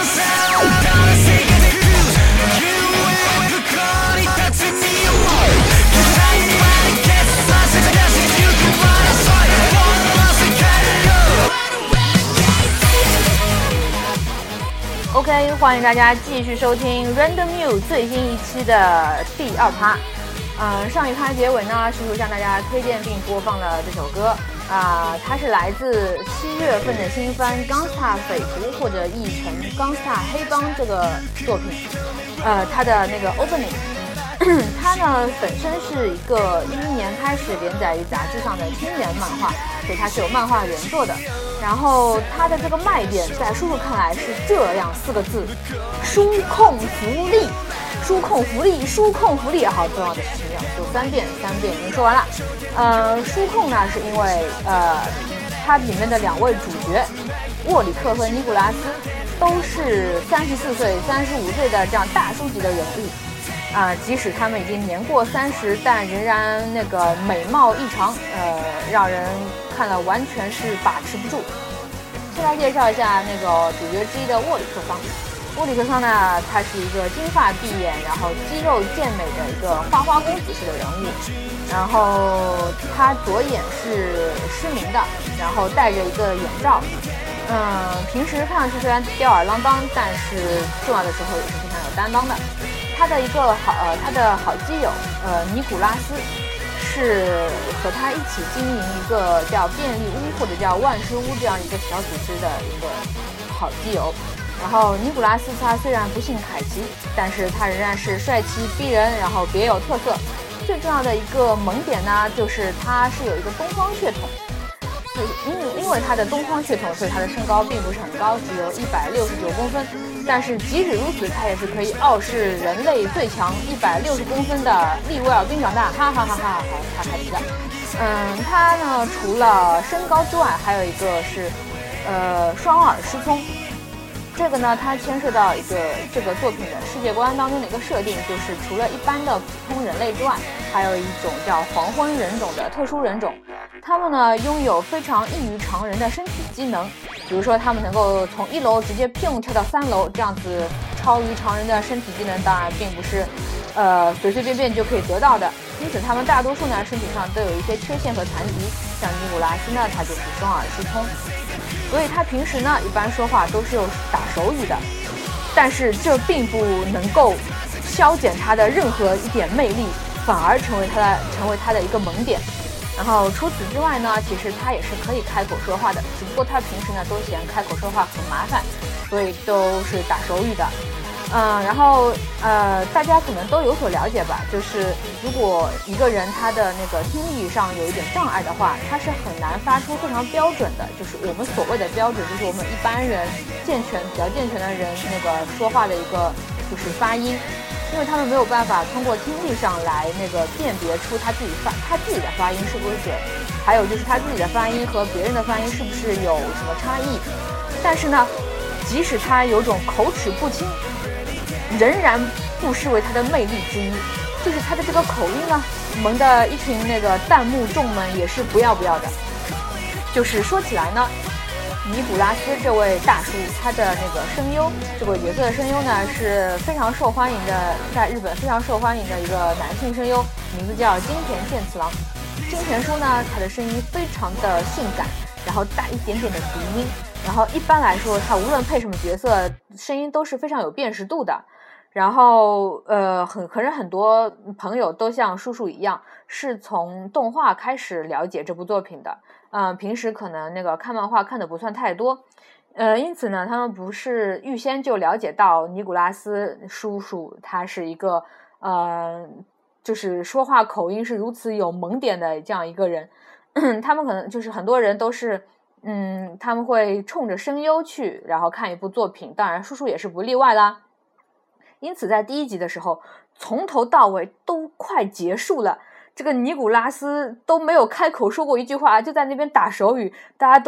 OK， 欢迎大家继续收听 Random Muse 最新一期的第2趴。上一趴结尾呢，叔叔向大家推荐并播放了这首歌它是来自7月份的新番《Gangsta 匪徒》或者译成《Gangsta 黑帮》这个作品。它的那个 opening， 它呢本身是一个11年开始连载于杂志上的青年漫画，所以它是有漫画原作的。然后它的这个卖点在叔叔看来是这样4个字：输控福利。输控福利，输控福利，好重要的事情要说3遍已经说完了。输控呢是因为它里面的2位主角沃里克和尼古拉斯都是34岁、35岁的这样大叔级的人物。即使他们已经年过30，但仍然那个美貌异常，让人看了完全是把持不住。先来介绍一下那个主角之一的沃里克桑。沃里克桑呢，他是一个金发碧眼，然后肌肉健美的一个花花公子式的人物。然后他左眼是失明的，然后戴着一个眼罩。平时看上去虽然吊儿郎当，但是重要的时候也是非常有担当的。他的好基友尼古拉斯是和他一起经营一个叫便利屋或者叫万事屋这样一个小组织的一个好基友。然后尼古拉斯他虽然不姓凯奇，但是他仍然是帅气逼人，然后别有特色。最重要的一个萌点呢，就是他是有一个东方血统。因为他的东方血统，所以他的身高并不是很高，只有169公分。但是即使如此，他也是可以傲视人类最强160公分的利威尔兵长大，哈哈哈哈！他开始了。他呢除了身高之外，还有一个是双耳失聪。这个呢，它牵涉到这个作品的世界观当中的一个设定，就是除了一般的普通人类之外，还有一种叫黄昏人种的特殊人种。他们呢拥有非常异于常人的身体机能，比如说他们能够从1楼直接跳到3楼，这样子超于常人的身体机能，当然并不是随随便便就可以得到的。因此他们大多数呢身体上都有一些缺陷和残疾，像尼古拉斯呢他就是双耳失聪，所以他平时呢一般说话都是用打手语的，但是这并不能够消减他的任何一点魅力，反而成为他的一个萌点。然后除此之外呢，其实他也是可以开口说话的，只不过他平时呢都嫌开口说话很麻烦，所以都是打手语的。然后大家可能都有所了解吧，就是如果一个人他的那个听力上有一点障碍的话，他是很难发出非常标准的，就是我们所谓的标准，就是我们一般人比较健全的人那个说话的一个就是发音。因为他们没有办法通过听力上来那个辨别出他自己的发音是不是准，还有就是他自己的发音和别人的发音是不是有什么差异。但是呢，即使他有种口齿不清，仍然不失为他的魅力之一，就是他的这个口音呢，萌的一群那个弹幕众们也是不要的。就是说起来呢，尼古拉斯这位大叔，他的那个声优，这个角色的声优呢是非常受欢迎的，在日本非常受欢迎的一个男性声优，名字叫金田健次郎。金田叔呢，他的声音非常的性感，然后带一点点的鼻音，然后一般来说他无论配什么角色，声音都是非常有辨识度的。然后可能很多朋友都像叔叔一样，是从动画开始了解这部作品的。平时可能那个看漫画看的不算太多，因此呢，他们不是预先就了解到尼古拉斯叔叔他是一个就是说话口音是如此有萌点的这样一个人。他们可能就是很多人都是他们会冲着声优去，然后看一部作品，当然叔叔也是不例外啦。因此在第1集的时候，从头到尾都快结束了，这个尼古拉斯都没有开口说过一句话，就在那边打手语，大家都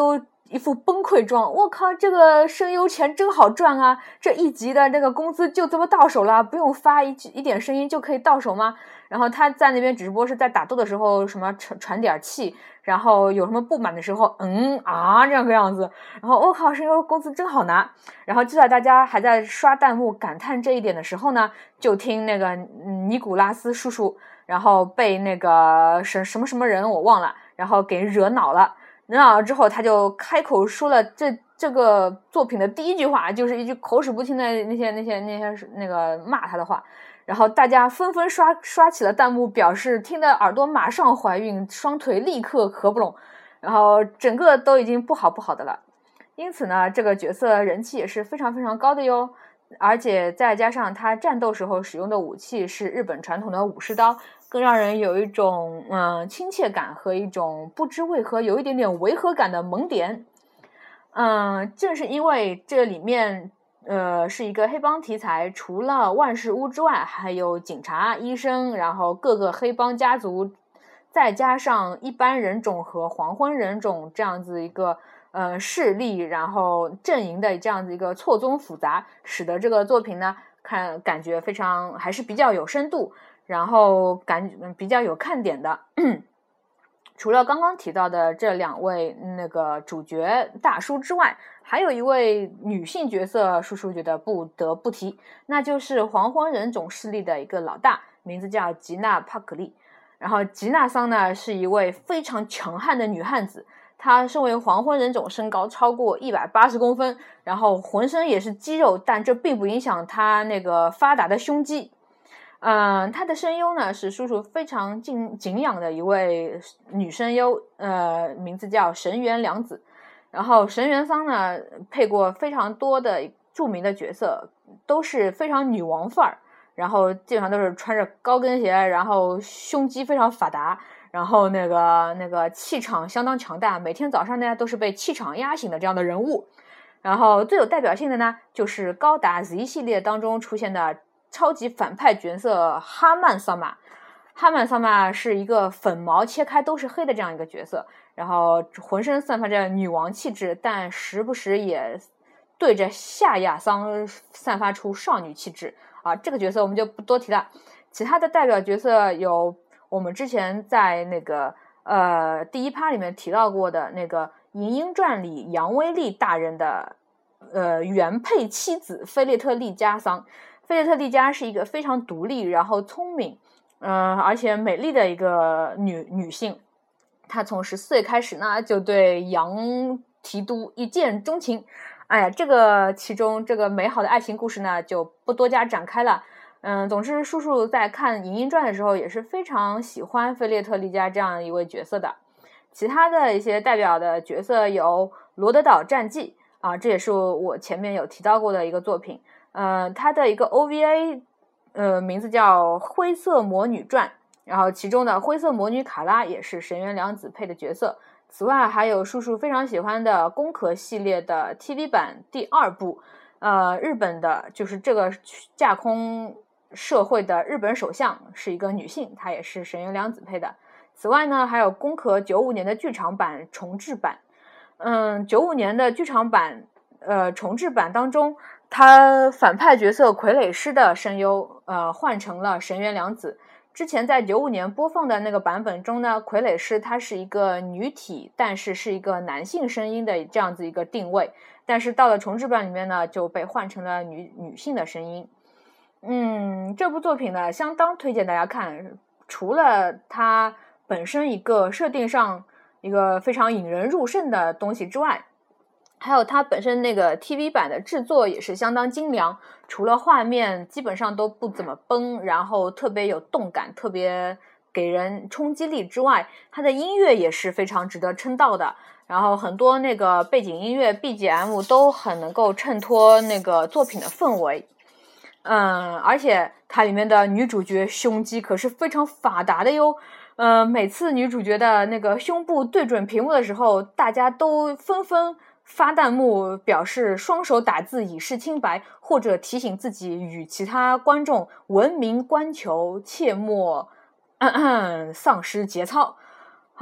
一副崩溃状，我靠，这个声优钱真好赚啊！这一集的这个工资就这么到手了，不用发一点声音就可以到手吗？然后他在那边只不过是在打斗的时候什么喘点气，然后有什么不满的时候这样个样子，然后我靠，声优工资真好拿。然后就在大家还在刷弹幕感叹这一点的时候呢，就听那个尼古拉斯叔叔，然后被那个什么人我忘了，然后给惹恼了之后，他就开口说了这个作品的第一句话，就是一句口齿不清的那个骂他的话。然后大家纷纷刷起了弹幕，表示听得耳朵马上怀孕，双腿立刻合不拢，然后整个都已经不好的了。因此呢，这个角色人气也是非常非常高的哟。而且再加上他战斗时候使用的武器是日本传统的武士刀，更让人有一种亲切感和一种不知为何有一点点违和感的萌点。正是因为这里面是一个黑帮题材，除了万事屋之外，还有警察、医生，然后各个黑帮家族，再加上一般人种和黄昏人种这样子一个势力，然后阵营的这样子一个错综复杂，使得这个作品呢感觉非常还是比较有深度，然后比较有看点的。除了刚刚提到的这两位那个主角大叔之外，还有一位女性角色，叔叔觉得不得不提，那就是黄昏人种势力的一个老大，名字叫吉娜·帕克利。然后吉娜桑呢是一位非常强悍的女汉子，她身为黄昏人种，身高超过180公分，然后浑身也是肌肉，但这并不影响她那个发达的胸肌。她的声优呢是叔叔非常敬仰的一位女声优，名字叫神原凉子。然后神原桑呢配过非常多的著名的角色，都是非常女王范儿，然后基本上都是穿着高跟鞋，然后胸肌非常发达，然后那个气场相当强大，每天早上呢都是被气场压醒的这样的人物。然后最有代表性的呢就是高达 Z 系列当中出现的超级反派角色哈曼桑玛。哈曼桑玛是一个粉毛切开都是黑的这样一个角色，然后浑身散发着女王气质，但时不时也对着夏亚桑散发出少女气质啊。这个角色我们就不多提了。其他的代表角色有我们之前在那个第一趴里面提到过的那个《银鹰传》里杨威利大人的原配妻子菲列特利加桑。菲列特利加是一个非常独立，然后聪明而且美丽的一个女性。她从14岁开始呢就对杨提督一见钟情。哎呀，这个其中这个美好的爱情故事呢就不多加展开了。总之叔叔在看《银鹰传》的时候也是非常喜欢菲列特利加这样一位角色的。其他的一些代表的角色有《罗德岛战记》啊，这也是我前面有提到过的一个作品。它的一个 OVA名字叫《灰色魔女传》，然后其中的灰色魔女卡拉也是神原凉子配的角色。此外还有叔叔非常喜欢的攻壳系列的 TV 版第2部，日本的就是这个架空社会的日本首相是一个女性，她也是神原凉子配的。此外呢还有攻壳95年的剧场版重制版。95年的剧场版重制版当中，他反派角色傀儡师的声优换成了神原凉子。之前在95年播放的那个版本中呢，傀儡师他是一个女体，但是一个男性声音的这样子一个定位，但是到了重制版里面呢就被换成了女性的声音。这部作品呢相当推荐大家看，除了它本身一个设定上一个非常引人入胜的东西之外，还有它本身那个 TV 版的制作也是相当精良，除了画面基本上都不怎么崩，然后特别有动感，特别给人冲击力之外，它的音乐也是非常值得称道的。然后很多那个背景音乐 BGM 都很能够衬托那个作品的氛围。而且它里面的女主角胸肌可是非常发达的哟。每次女主角的那个胸部对准屏幕的时候，大家都纷纷发弹幕表示双手打字以示清白，或者提醒自己与其他观众文明观球，切莫丧失节操。好，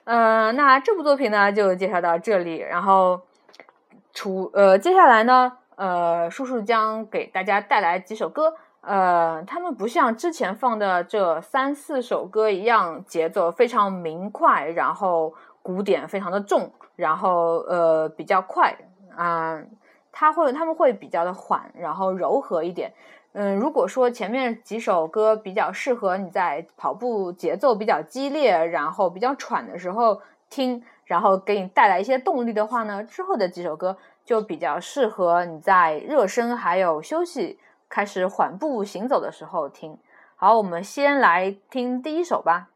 那这部作品呢就介绍到这里，然后接下来呢，叔叔将给大家带来几首歌，他们不像之前放的这3-4首歌一样，节奏非常明快，然后鼓点非常的重，然后比较快他们会比较的缓，然后柔和一点。如果说前面几首歌比较适合你在跑步节奏比较激烈，然后比较喘的时候听，然后给你带来一些动力的话呢，之后的几首歌就比较适合你在热身还有休息开始缓步行走的时候听。好，我们先来听第一首吧。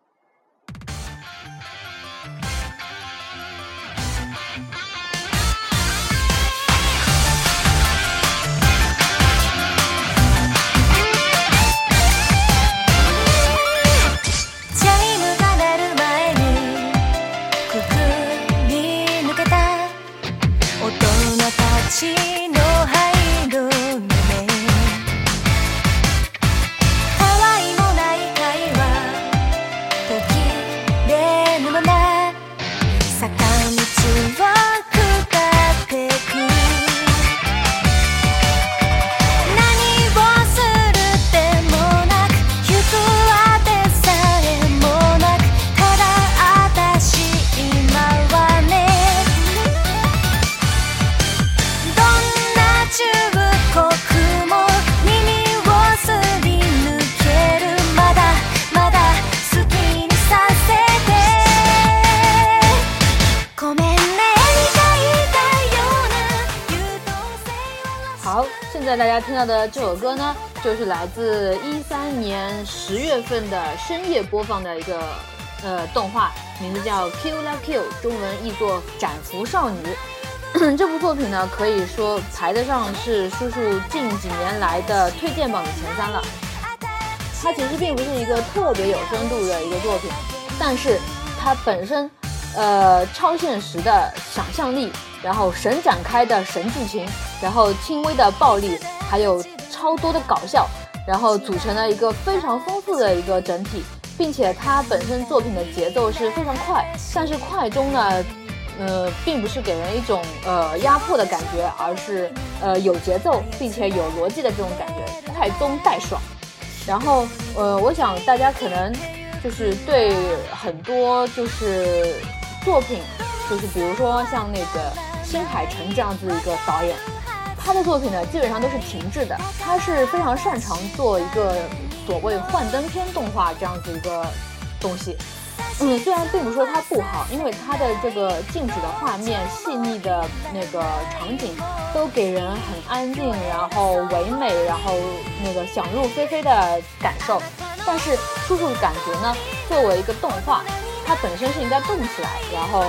现在大家听到的这首歌呢，就是来自13年10月份的深夜播放的一个动画，名字叫 Kill la Kill， 中文译作斩服少女。这部作品呢，可以说排得上是叔叔近几年来的推荐榜的前3了。它其实并不是一个特别有深度的一个作品，但是它本身超现实的想象力，然后神展开的神剧情，然后轻微的暴力，还有超多的搞笑，然后组成了一个非常丰富的一个整体，并且它本身作品的节奏是非常快，但是快中呢并不是给人一种压迫的感觉，而是有节奏并且有逻辑的这种感觉，快中带爽。然后我想大家可能就是对很多就是作品，就是比如说像那个新海诚这样子一个导演，他的作品呢基本上都是停滞的，他是非常擅长做一个所谓幻灯片动画这样子一个东西。虽然并不说它不好，因为它的这个静止的画面、细腻的那个场景都给人很安静，然后唯美，然后那个想入非非的感受。但是叔叔感觉呢，作为一个动画，它本身是应该动起来，然后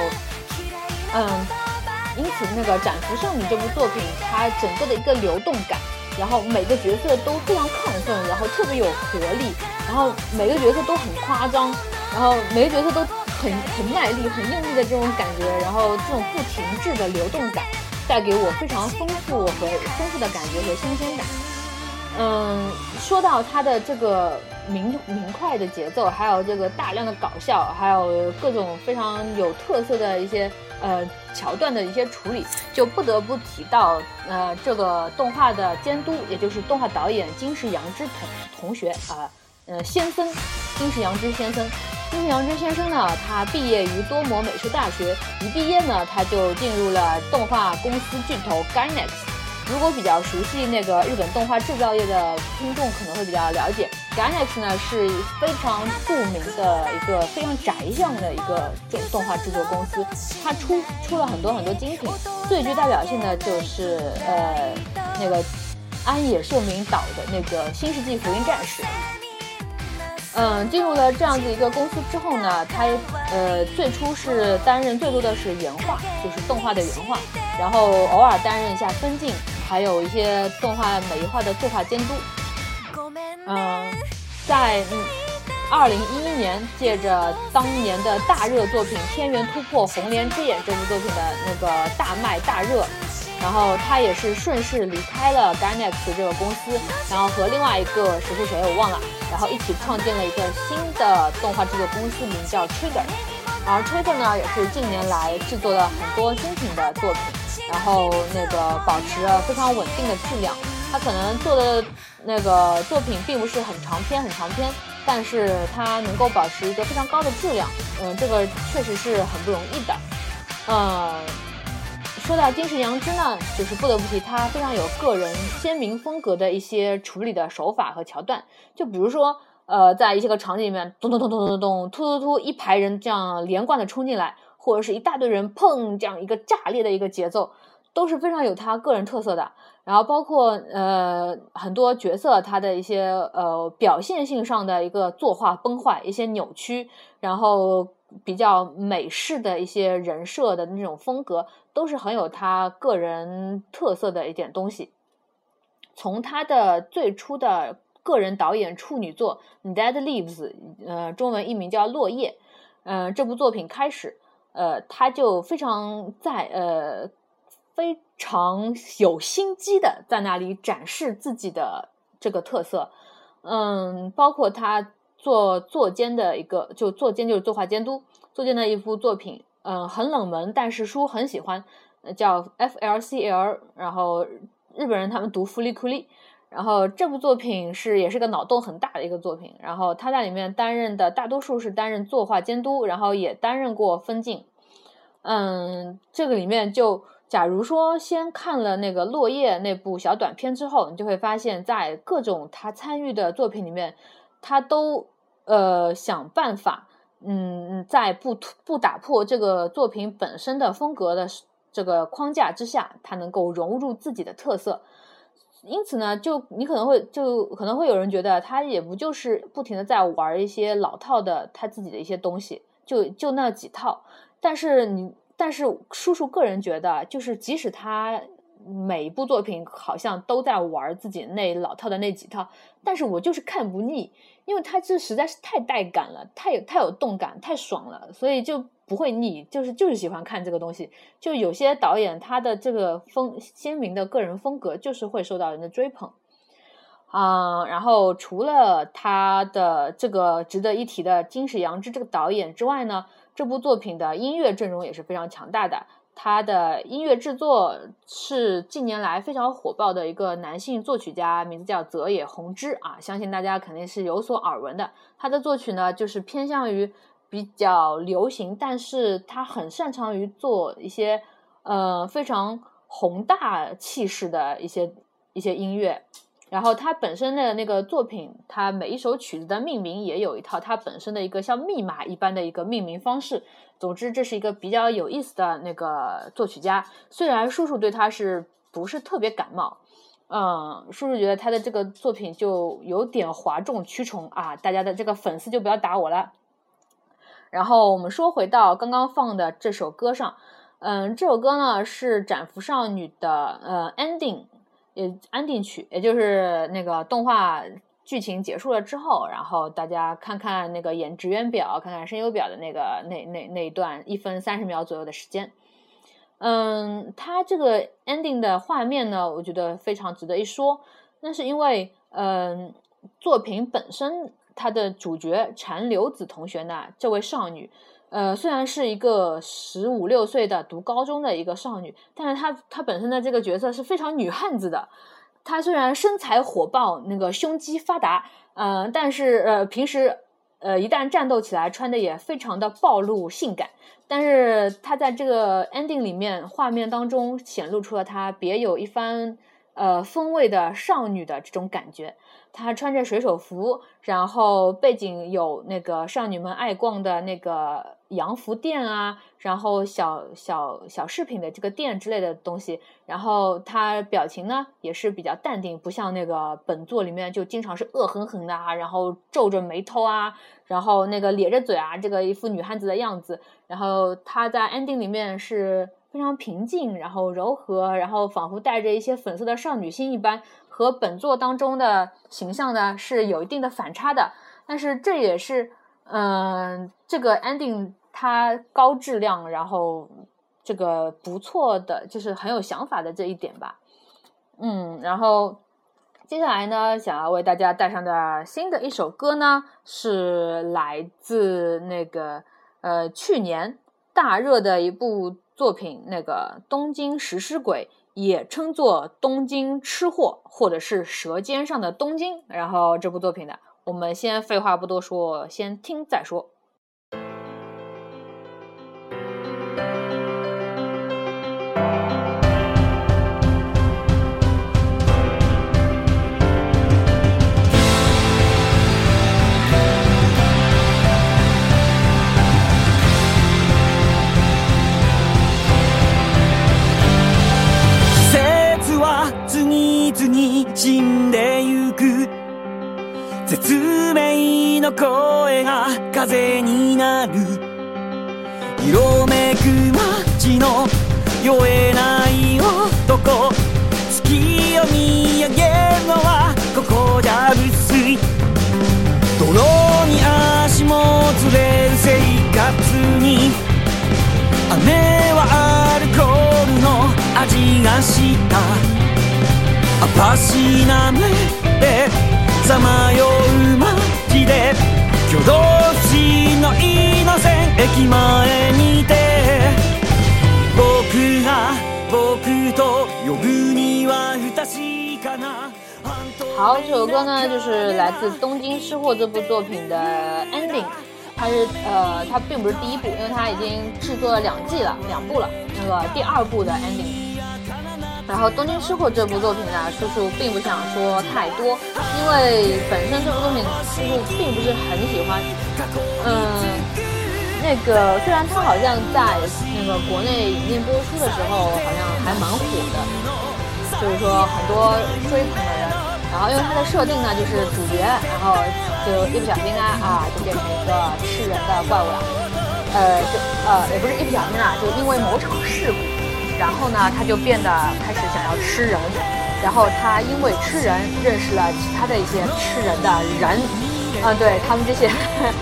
因此那个斩服少女这部作品，它整个的一个流动感，然后每个角色都非常亢奋，然后特别有活力，然后每个角色都很夸张，然后每个角色都很卖力、很用力的这种感觉，然后这种不停滞的流动感，带给我非常丰富的感觉和新鲜感。说到它的这个明快的节奏，还有这个大量的搞笑，还有各种非常有特色的一些桥段的一些处理，就不得不提到这个动画的监督，也就是动画导演金石阳之同学先生，金石阳之先生。金石阳之先生呢，他毕业于多摩美术大学，一毕业呢他就进入了动画公司巨头 Gainax。如果比较熟悉那个日本动画制造业的听众可能会比较了解， Gainax 呢是非常著名的一个非常宅向的一个动画制作公司，它出了很多精品，最具代表性的就是那个安野秀明导的那个《新世纪福音战士》。进入了这样子一个公司之后呢，他最初是担任最多的是原画，就是动画的原画，然后偶尔担任一下分镜，还有一些动画美化的作画监督。在2011年，借着当年的大热作品《天元突破红莲之眼》这部作品的那个大卖大热，然后他也是顺势离开了 Gainax 这个公司，然后和另外一个谁我忘了，然后一起创建了一个新的动画制作公司，名叫 Trigger。 而 Trayvon 呢也是近年来制作了很多精品的作品，然后那个保持了非常稳定的质量。他可能做的那个作品并不是很长篇，但是他能够保持一个非常高的质量，这个确实是很不容易的。说到金石阳之呢，就是不得不提他非常有个人鲜明风格的一些处理的手法和桥段。就比如说，在一些个场景里面，咚咚咚咚咚咚，突突突，一排人这样连贯的冲进来，或者是一大堆人砰这样一个炸裂的一个节奏，都是非常有他个人特色的。然后包括很多角色他的一些表现性上的一个作画崩坏，一些扭曲，然后比较美式的一些人设的那种风格，都是很有他个人特色的一点东西。从他的最初的个人导演处女作《Dead Leaves》中文译名叫《落叶》这部作品开始，他就非常有心机的在那里展示自己的这个特色。包括他作监的一个，作监就是作画监督，作监的一部作品，很冷门，但是书很喜欢，叫 FLCL， 然后日本人他们读福利库利。然后这部作品也是个脑洞很大的一个作品，然后他在里面担任的大多数是担任作画监督，然后也担任过分镜。这个里面就假如说先看了那个落叶那部小短片之后，你就会发现在各种他参与的作品里面，他都想办法在不打破这个作品本身的风格的这个框架之下，他能够融入自己的特色。因此呢，你可能会有人觉得他也不就是不停的在玩一些老套的他自己的一些东西，就那几套。但是叔叔个人觉得，就是即使他每一部作品好像都在玩自己那老套的那几套，但是我就是看不腻，因为他这实在是太带感了，太有动感，太爽了，所以就不会腻，就是喜欢看这个东西。就有些导演他的这个鲜明的个人风格就是会受到人的追捧。然后除了他的这个值得一提的金石阳之这个导演之外呢，这部作品的音乐阵容也是非常强大的。他的音乐制作是近年来非常火爆的一个男性作曲家，名字叫泽野弘之相信大家肯定是有所耳闻的。他的作曲呢，就是偏向于比较流行，但是他很擅长于做一些非常宏大气势的一些音乐。然后他本身的那个作品，他每一首曲子的命名也有一套他本身的一个像密码一般的一个命名方式。总之这是一个比较有意思的那个作曲家，虽然叔叔对他不是特别感冒，叔叔觉得他的这个作品就有点哗众取宠大家的这个粉丝就不要打我了。然后我们说回到刚刚放的这首歌上，这首歌呢是斩服少女的安定曲，也就是那个动画剧情结束了之后，然后大家看看那个演职员表，看看声优表的那一段1分30秒左右的时间。它这个 ending 的画面呢，我觉得非常值得一说。那是因为作品本身它的主角禅流子同学呢，这位少女虽然是一个15、16岁的读高中的一个少女，但是她本身的这个角色是非常女汉子的。她虽然身材火爆，那个胸肌发达，但是平时一旦战斗起来，穿的也非常的暴露性感。但是她在这个 ending 里面，画面当中显露出了她别有一番风味的少女的这种感觉。她穿着水手服，然后背景有那个少女们爱逛的那个洋服店然后小饰品的这个店之类的东西。然后她表情呢也是比较淡定，不像那个本作里面就经常是恶狠狠的然后皱着眉头然后那个咧着嘴这个一副女汉子的样子。然后她在 ending 里面是非常平静，然后柔和，然后仿佛带着一些粉色的少女心一般，和本作当中的形象呢是有一定的反差的。但是这也是这个 ending 它高质量，然后这个不错的，就是很有想法的这一点吧。然后接下来呢，想要为大家带上的新的一首歌呢，是来自那个去年大热的一部作品，那个《东京食尸鬼》，也称作《东京吃货》或者是《舌尖上的东京》。然后这部作品呢，我们先废话不多说，先听再说。 死んでゆく絶命の声が風になる色めく街の酔えない男月を見上げるのはここじゃ無粋泥に足もつれる生活に雨はアルコールの味がしたアしなめでさまよう街で挙動不審のイノセン駅前にて僕が僕と呼ぶには不確かな好，这首歌呢就是来自《东京吃货》这部作品的 ending， 它并不是第一部，因为它已经制作了2部了，那个第2部的 ending。然后《东京吃货》这部作品呢，叔叔并不想说太多，因为本身这部作品叔叔并不是很喜欢。那个虽然它好像在那个国内引进播出的时候好像还蛮火的，就是说很多追捧的人。然后因为它的设定呢，就是主角，然后就一不小心就变成一个吃人的怪物了。也不是一不小心就因为某场事故。然后呢，他就变得开始想要吃人，然后他因为吃人认识了其他的一些吃人的人，对他们这些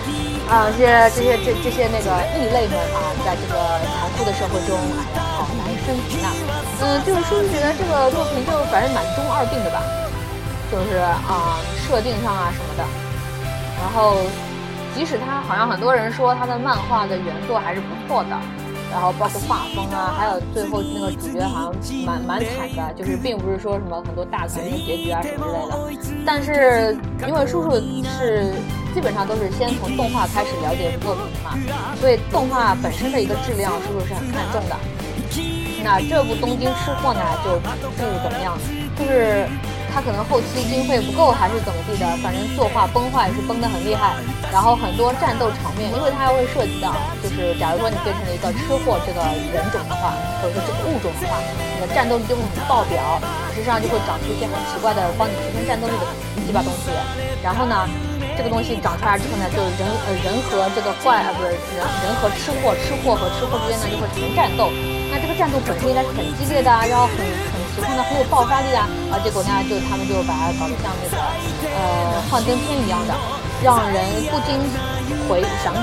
这些那个异类们在这个残酷的社会中，好难生存啊。就是叔叔觉得这个作品就反正蛮中二病的吧，就是设定上什么的，然后即使他好像很多人说他的漫画的原作还是不错的。然后包括画风还有最后那个主角好像蛮惨的，就是并不是说什么很多大团圆结局什么之类的。但是因为叔叔是基本上都是先从动画开始了解作品嘛，所以动画本身的一个质量叔叔是很看重的。那这部《东京吃货》呢就不怎么样，就是他可能后期经费不够还是怎么地的，反正作画崩坏是崩得很厉害。然后很多战斗场面，因为它会涉及到，就是假如说你变成了一个吃货这个人种的话，或者说这个物种的话，你的战斗力就会很爆表，实际上就会长出一些很奇怪的帮你提升战斗力的鸡巴东西。然后呢，这个东西长出来之后呢，就是人和这个人和吃货和吃货之间呢就会产生战斗。那这个战斗本身应该是很激烈的然后很奇幻的，很有爆发力结果呢他们就把它搞得像那个幻灯片一样的。让人不禁回想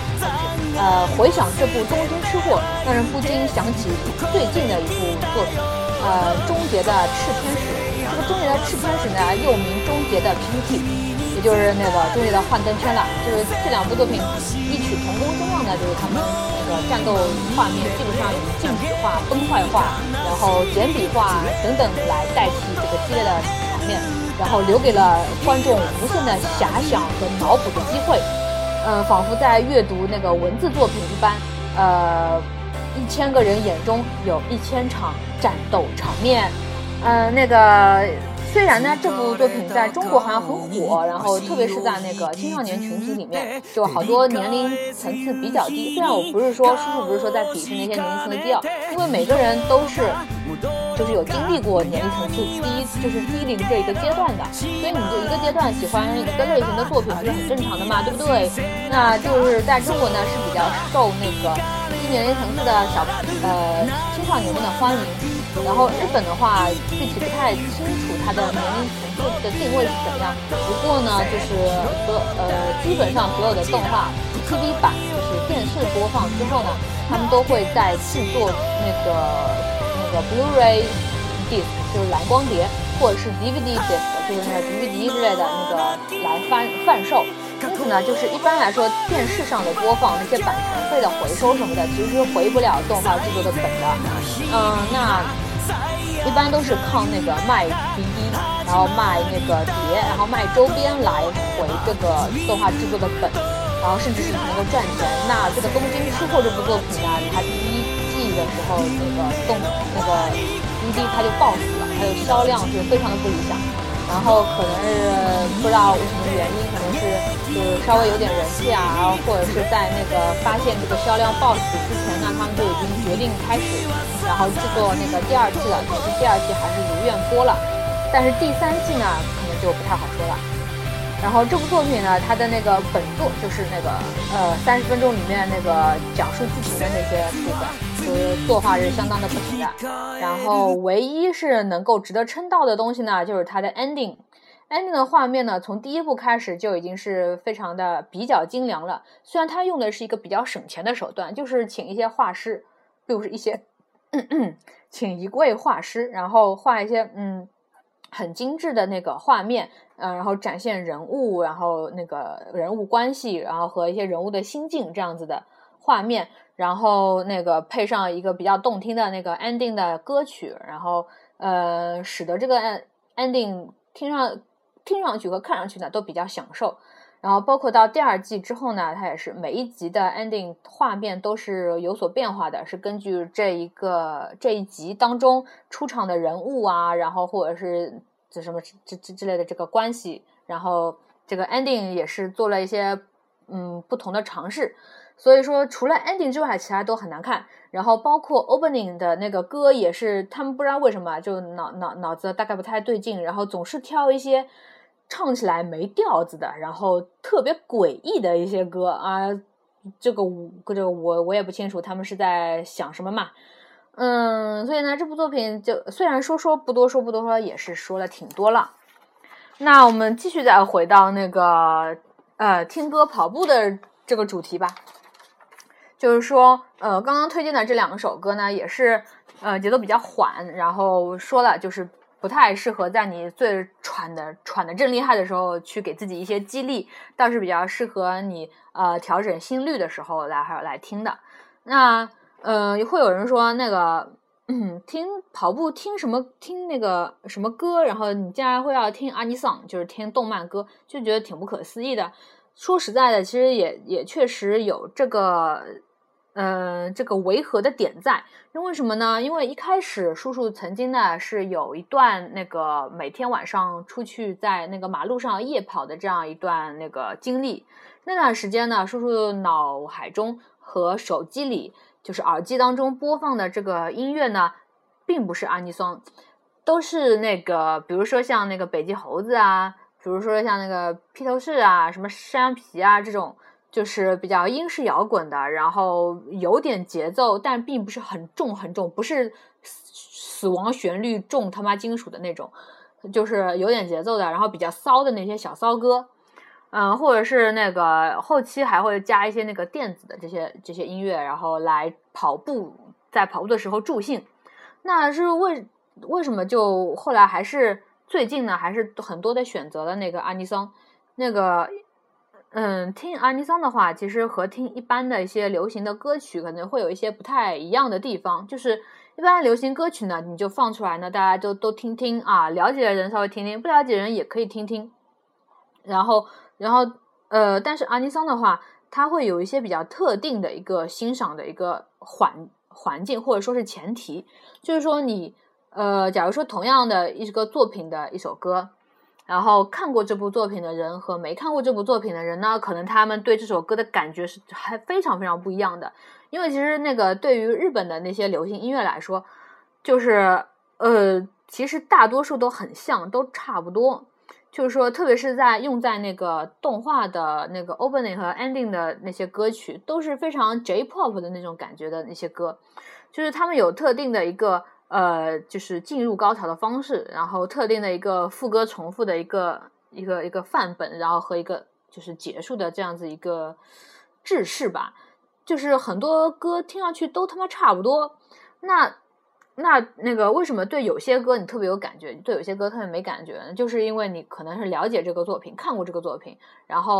这部《东京吃货》，让人不禁想起最近的一部作品，《终结的炽天使》。这个《终结的炽天使》呢，又名《终结的 PPT》，也就是那个《终结的幻灯圈》了。就是这2部作品异曲同工之妙呢，就是他们那个战斗画面基本上以静止化、崩坏化，然后简笔画等等来代替这个激烈的场面。然后留给了观众无限的遐想和脑补的机会，仿佛在阅读那个文字作品一般。1000个人眼中有1000场战斗场面。那个虽然呢这部作品在中国好像很火，然后特别是在那个青少年群体里面，就好多年龄层次比较低。虽然我不是说叔叔不是说在鄙视那些年龄层次低因为每个人都是就是有经历过年龄层次就是低龄这一个阶段的，所以你就一个阶段喜欢一个类型的作品是很正常的嘛，对不对？那就是在中国呢是比较受那个低年龄层次的青少年们的欢迎。然后日本的话具体不太清楚它的年龄层次的定位是怎样，不过呢就是基本上所有的动画 TV 版就是电视播放之后呢，他们都会在制作那个 Blu-ray disc 就是蓝光碟，或者是 DVD disc 就是那个 DVD 之类的那个来贩售。 因此呢，就是一般来说电视上的播放那些版权费的回收什么的，其实是回不了动画制作的本的。那一般都是靠那个卖 DVD， 然后卖那个碟，然后卖周边来回这个动画制作的本，然后甚至是能够赚钱。那这个东京吃货这部作品呢，它第一季的时候那个 DVD 它就爆死了，它的销量是非常的不理想。然后可能是不知道为什么原因，可能是就是稍微有点人气啊，然后或者是在那个发现这个销量爆死之前呢，他们就已经决定开始，然后制作那个第二季了。可是第二季还是如愿播了，但是第三季呢，可能就不太好说了。然后这部作品呢，它的那个本作就是那个30分钟里面那个讲述剧情的那些部分，就是作画是相当的不同的。然后唯一是能够值得称道的东西呢，就是它的 ending。ending 的画面呢，从第一部开始就已经是非常的比较精良了。虽然它用的是一个比较省钱的手段，就是请一些画师，比如是一些请一位画师，然后画一些很精致的那个画面，然后展现人物，然后那个人物关系，然后和一些人物的心境这样子的画面，然后那个配上一个比较动听的那个 ending 的歌曲，然后使得这个 ending 听上去和看上去呢都比较享受。然后包括到第二季之后呢，它也是每一集的 ending 画面都是有所变化的，是根据这一集当中出场的人物啊，然后或者是这什么之类的这个关系，然后这个 ending 也是做了一些不同的尝试。所以说除了 ending 之外，其他都很难看。然后包括 opening 的那个歌也是，他们不知道为什么就脑子大概不太对劲，然后总是挑一些唱起来没调子的，然后特别诡异的一些歌啊，这个我也不清楚他们是在想什么嘛。所以呢，这部作品就虽然说不多说，也是说了挺多了。那我们继续再回到那个听歌跑步的这个主题吧。就是说刚刚推荐的这2首歌呢，也是节奏比较缓，然后说了就是不太适合在你最喘的正厉害的时候去给自己一些激励，倒是比较适合你调整心率的时候来听的。那会有人说那个听跑步听那个什么歌，然后你竟然会要听アニソン，就是听动漫歌，就觉得挺不可思议的。说实在的，其实也确实有这个违和的点在。因为什么呢？因为一开始叔叔曾经呢是有一段那个每天晚上出去在那个马路上夜跑的这样一段那个经历。那段时间呢，叔叔脑海中和手机里就是耳机当中播放的这个音乐呢，并不是アニソン，都是那个比如说像那个北极猴子啊，比如说像那个披头士啊，什么山羊皮啊，这种就是比较英式摇滚的，然后有点节奏，但并不是很重，不是死亡旋律重他妈金属的那种，就是有点节奏的，然后比较骚的那些小骚歌。或者是那个后期还会加一些那个电子的这些音乐，然后来在跑步的时候助兴。那是为什么就后来还是最近呢，还是很多的选择了那个アニソン。那个听アニソン的话，其实和听一般的一些流行的歌曲可能会有一些不太一样的地方。就是一般流行歌曲呢，你就放出来呢，大家都听听啊，了解的人稍微听听，不了解的人也可以听听。然后但是アニソン的话，它会有一些比较特定的一个欣赏的一个环境，或者说是前提，就是说你假如说同样的一个作品的一首歌，然后看过这部作品的人和没看过这部作品的人呢，可能他们对这首歌的感觉是还非常非常不一样的。因为其实那个对于日本的那些流行音乐来说，就是其实大多数都很像，都差不多。就是说特别是用在那个动画的那个 opening 和 ending 的那些歌曲，都是非常 J-pop 的那种感觉的那些歌，就是他们有特定的一个就是进入高潮的方式，然后特定的一个副歌重复的一个范本，然后和一个就是结束的这样子一个制式吧。就是很多歌听上去都他妈差不多。那个为什么对有些歌你特别有感觉，对有些歌特别没感觉呢？就是因为你可能是了解这个作品，看过这个作品，然后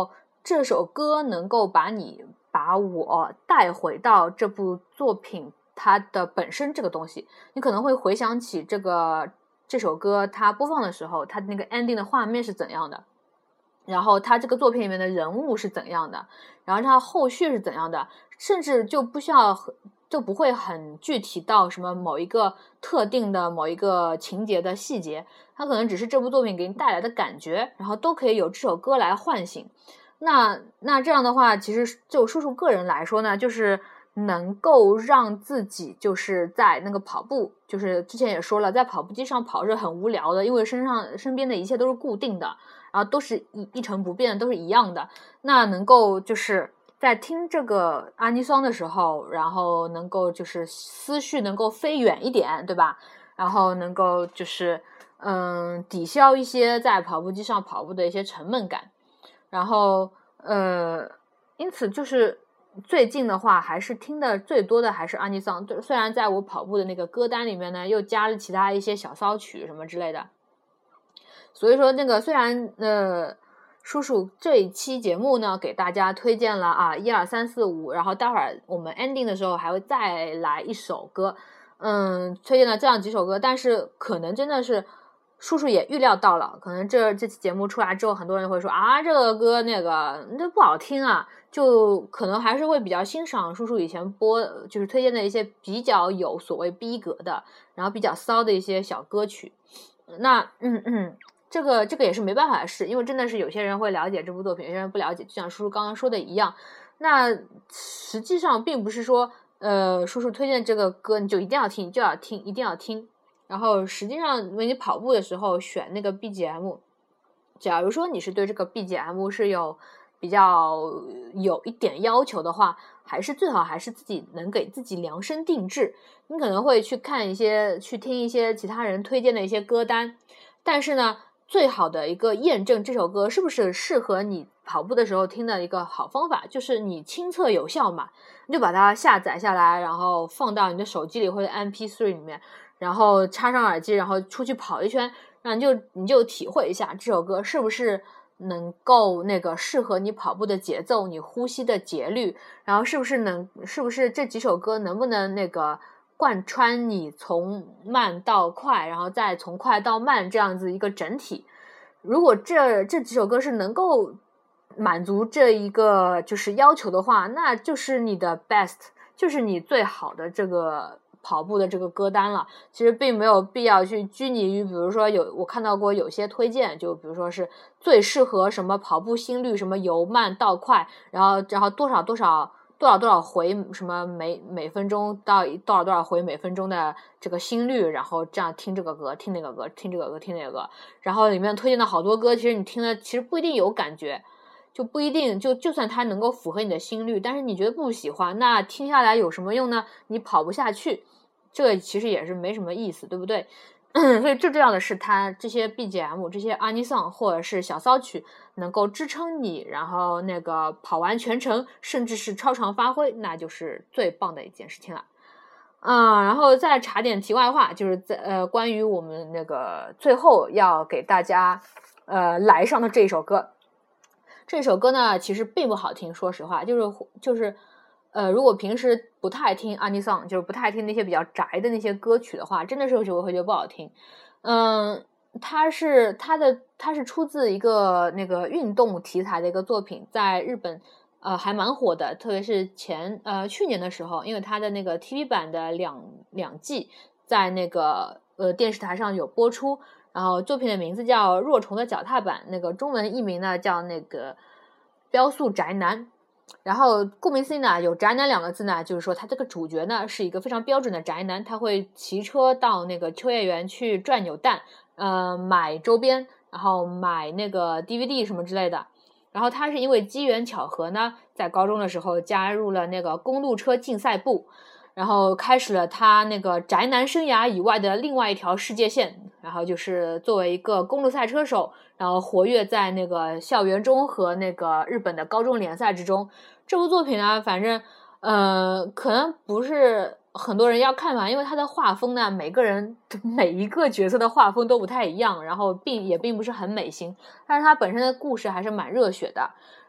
这首歌能够把我带回到这部作品它的本身这个东西。你可能会回想起这首歌它播放的时候，它那个 ending 的画面是怎样的，然后它这个作品里面的人物是怎样的，然后它后续是怎样的，甚至就不会很具体到什么某一个特定的某一个情节的细节，它可能只是这部作品给你带来的感觉，然后都可以有这首歌来唤醒。那这样的话，其实就叔叔个人来说呢，就是能够让自己就是在那个跑步，就是之前也说了，在跑步机上跑是很无聊的，因为身边的一切都是固定的，然后都是一成不变，都是一样的。那能够就是在听这个阿尼桑的时候，然后能够就是思绪能够飞远一点，对吧？然后能够就是抵消一些在跑步机上跑步的一些沉闷感。然后因此就是最近的话还是听的最多的还是阿尼桑，虽然在我跑步的那个歌单里面呢又加了其他一些小骚曲什么之类的。所以说那个虽然叔叔这一期节目呢给大家推荐了1、2、3、4、5，然后待会儿我们 ending 的时候还会再来一首歌，推荐了这样几首歌，但是可能真的是叔叔也预料到了，可能这期节目出来之后，很多人会说这个歌那个这不好听啊，就可能还是会比较欣赏叔叔以前就是推荐的一些比较有所谓逼格的，然后比较骚的一些小歌曲。那这个也是没办法的事，因为真的是有些人会了解这部作品，有些人不了解，就像叔叔刚刚说的一样。那实际上并不是说叔叔推荐这个歌你就一定要听，一定要听。然后实际上因为你跑步的时候选那个 BGM， 假如说你是对这个 BGM 是比较有一点要求的话，最好还是自己能给自己量身定制。你可能会去听一些其他人推荐的一些歌单，但是呢最好的一个验证这首歌是不是适合你跑步的时候听的一个好方法，就是你亲测有效嘛，你就把它下载下来，然后放到你的手机里或者 MP3 里面，然后插上耳机，然后出去跑一圈，然后你就体会一下这首歌是不是能够那个适合你跑步的节奏，你呼吸的节律，然后是不是这几首歌能不能那个贯穿你从慢到快，然后再从快到慢这样子一个整体。如果这几首歌是能够满足这一个就是要求的话，那就是你的 best， 就是你最好的这个跑步的这个歌单了。其实并没有必要去拘泥于比如说我看到过有些推荐，就比如说是最适合什么跑步心率，什么由慢到快，然后多少回什么每分钟到多少回每分钟的这个心率，然后这样听这个歌听那个歌听这个歌听那个歌，然后里面推荐的好多歌其实你听了其实不一定有感觉，就不一定就算它能够符合你的心率，但是你觉得不喜欢，那听下来有什么用呢？你跑不下去，这其实也是没什么意思，对不对？所以最重要的是它这些 BGM 这些阿尼桑或者是小骚曲能够支撑你，然后那个跑完全程甚至是超常发挥，那就是最棒的一件事情了。然后再插点题外话，就是关于我们那个最后要给大家来上的这一首歌。这首歌呢其实并不好听，说实话，就是如果平时不太听阿尼桑，就是不太听那些比较宅的那些歌曲的话，真的是会觉得不好听。它是出自一个那个运动题材的一个作品，在日本还蛮火的，特别是去年的时候，因为它的那个 TV 版的两季在那个电视台上有播出，然后作品的名字叫《若虫的脚踏板》，那个中文译名呢叫那个标速宅男。然后顾名思义呢，有宅男两个字呢，就是说他这个主角呢是一个非常标准的宅男，他会骑车到那个秋叶原去转扭蛋，买周边，然后买那个 DVD 什么之类的。然后他是因为机缘巧合呢，在高中的时候加入了那个公路车竞赛部，然后开始了他那个宅男生涯以外的另外一条世界线，然后就是作为一个公路赛车手，然后活跃在那个校园中和那个日本的高中联赛之中。这部作品呢，反正可能不是很多人要看吧，因为他的画风呢，每一个角色的画风都不太一样，然后并不是很美型，但是他本身的故事还是蛮热血的。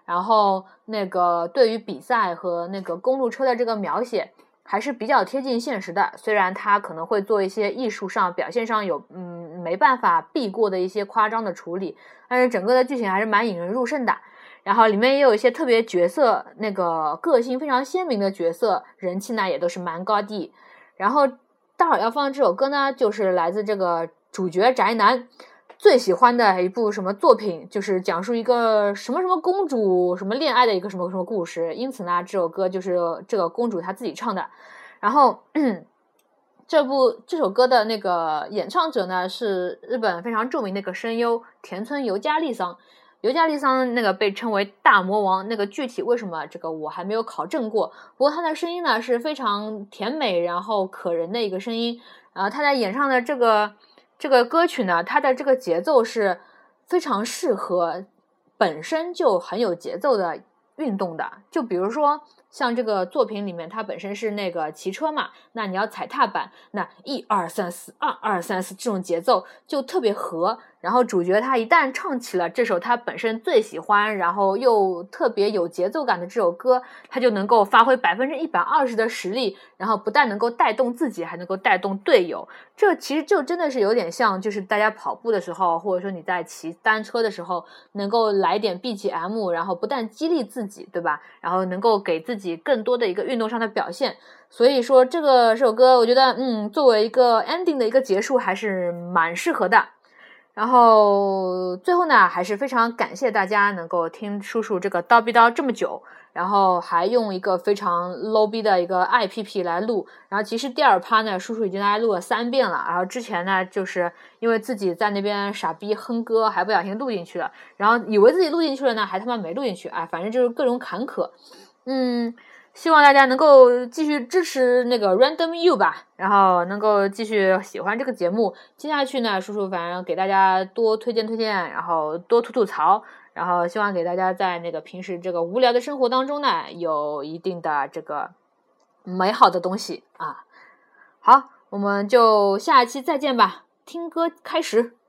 然后那个对于比赛和那个公路车的这个描写还是比较贴近现实的，虽然他可能会做一些艺术上表现上有没办法避过的一些夸张的处理，但是整个的剧情还是蛮引人入胜的。然后里面也有一些特别角色，那个个性非常鲜明的角色，人气呢也都是蛮高的。然后待会儿要放的这首歌呢，就是来自这个主角宅男最喜欢的一部什么作品，就是讲述一个什么什么公主什么恋爱的一个什么什么故事，因此呢这首歌就是这个公主她自己唱的。然后这首歌的那个演唱者呢是日本非常著名的一个声优田村由加利桑。尤加利桑那个被称为大魔王，那个具体为什么这个我还没有考证过，不过他的声音呢是非常甜美然后可人的一个声音。他在演唱的这个歌曲呢，它的这个节奏是非常适合本身就很有节奏的运动的，就比如说像这个作品里面它本身是那个骑车嘛，那你要踩踏板，那1 2 3 4 2 2 3 4这种节奏就特别合。然后主角他一旦唱起了这首他本身最喜欢然后又特别有节奏感的这首歌，他就能够发挥120%的实力，然后不但能够带动自己还能够带动队友。这其实就真的是有点像就是大家跑步的时候或者说你在骑单车的时候能够来点 BGM， 然后不但激励自己对吧，然后能够给自己更多的一个运动上的表现。所以说这首歌我觉得作为一个 ending 的一个结束还是蛮适合的。然后最后呢还是非常感谢大家能够听叔叔这个叨逼叨这么久，然后还用一个非常 low 逼的一个 IPP 来录。然后其实第二趴呢叔叔已经大概录了3遍了，然后之前呢就是因为自己在那边傻逼哼歌还不小心录进去了，然后以为自己录进去了呢还他妈没录进去，反正就是各种坎坷。希望大家能够继续支持那个 Random You 吧，然后能够继续喜欢这个节目。接下去呢，叔叔反正给大家多推荐，然后多吐槽，然后希望给大家在那个平时这个无聊的生活当中呢，有一定的这个美好的东西啊。好，我们就下一期再见吧，听歌开始。